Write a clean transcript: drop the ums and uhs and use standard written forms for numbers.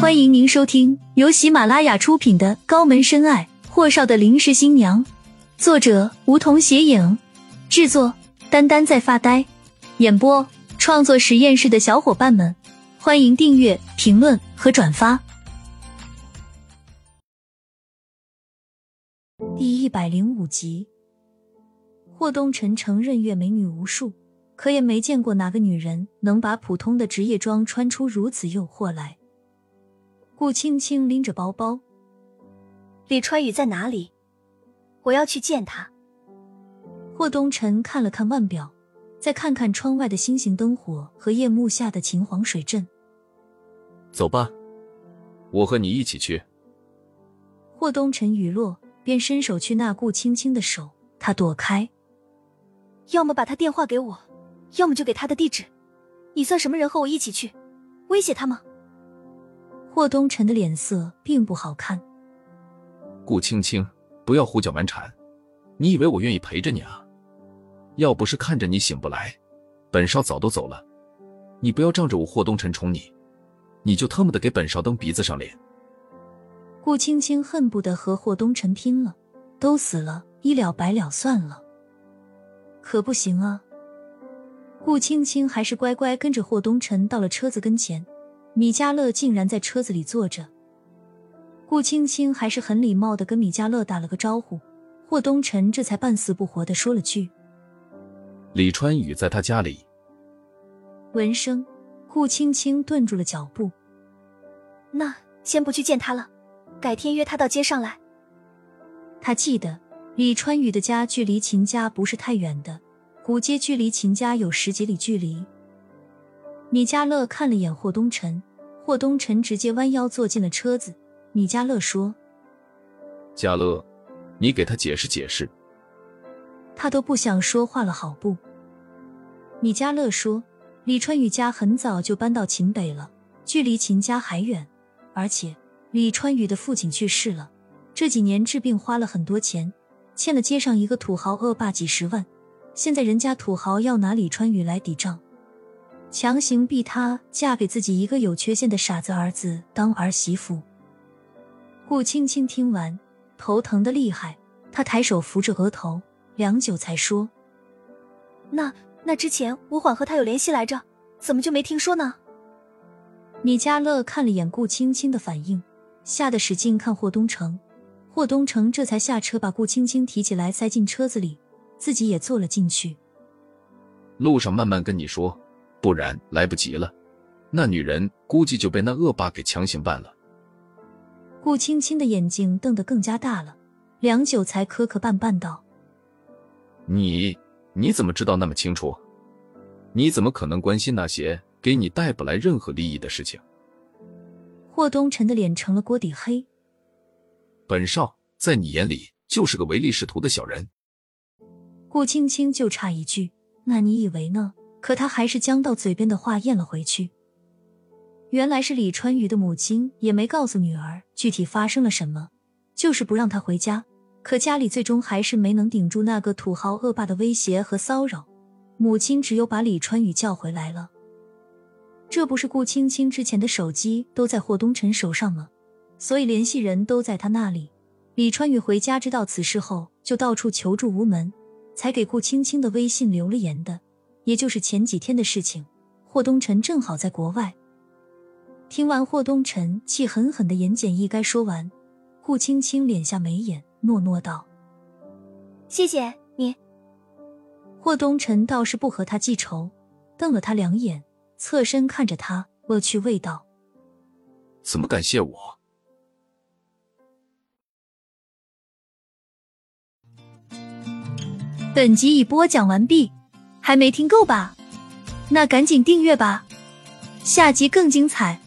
欢迎您收听由喜马拉雅出品的《高门深爱：霍少的临时新娘》，作者梧桐斜影，制作丹丹在发呆，演播创作实验室的小伙伴们，欢迎订阅、评论和转发。第105集，霍东辰承认阅美女无数，可也没见过哪个女人能把普通的职业装穿出如此诱惑来。顾青青拎着包包， 李川宇在哪里？我要去见他。 霍东辰看了看腕表，再看看窗外的星形灯火和夜幕下的秦皇水镇。 走吧，我和你一起去。 霍东辰语落，便伸手去拿顾青青的手，他躲开。 要么把他电话给我，要么就给他的地址。你算什么人和我一起去？威胁他吗？ 霍东辰的脸色并不好看。 顾青青，不要胡搅蛮缠，你以为我愿意陪着你啊？要不是看着你醒不来，本少早都走了。你不要仗着我霍东辰宠你，你就特么的给本少蹬鼻子上脸。 顾青青恨不得和霍东辰拼了，都死了，一了百了算了。可不行啊。顾青青还是乖乖跟着霍东辰到了车子跟前，米迦勒竟然在车子里坐着。顾青青还是很礼貌地跟米迦勒打了个招呼，霍东辰这才半死不活地说了句： 李川宇在他家里。 闻声，顾青青顿住了脚步。 那先不去见他了，改天约他到街上来。 他记得李川宇的家距离秦家不是太远的，古街距离秦家有10几里距离。米迦勒看了眼霍东辰，霍东辰直接弯腰坐进了车子。米迦勒说： 迦勒，你给他解释解释。 他都不想说话了好不？米迦勒说，李川宇家很早就搬到秦北了，距离秦家还远，而且李川宇的父亲去世了，这几年治病花了很多钱，欠了街上一个土豪恶霸几10万，现在人家土豪要拿李川宇来抵账，强行逼他嫁给自己一个有缺陷的傻子儿子当儿媳妇。顾青青听完，头疼得厉害，她抬手扶着额头，良久才说： 那之前吴缓和他有联系来着，怎么就没听说呢？ 米迦勒看了眼顾青青的反应，吓得使劲看霍东城。霍东城这才下车把顾青青提起来塞进车子里，自己也坐了进去。 路上慢慢跟你说，不然来不及了，那女人估计就被那恶霸给强行办了。 顾青青的眼睛瞪得更加大了，良久才磕磕绊绊道： 你怎么知道那么清楚？你怎么可能关心那些给你带不来任何利益的事情？ 霍东辰的脸成了锅底黑。 本少在你眼里就是个唯利是图的小人。 顾青青就差一句那你以为呢？可他还是将到嘴边的话咽了回去。原来是李川宇的母亲也没告诉女儿具体发生了什么，就是不让她回家，可家里最终还是没能顶住那个土豪恶霸的威胁和骚扰，母亲只有把李川宇叫回来了。这不是顾青青之前的手机都在霍东辰手上吗？所以联系人都在他那里。李川宇回家知道此事后就到处求助无门，才给顾青青的微信留了言的，也就是前几天的事情，霍东辰正好在国外。听完霍东辰气狠狠的言简意赅说完，顾青青敛下眉眼，诺诺道： 谢谢你。 霍东辰倒是不和他记仇，瞪了他2眼，侧身看着他，恶趣味道： 怎么感谢我？ 本集已播讲完毕，还没听够吧？那赶紧订阅吧，下集更精彩。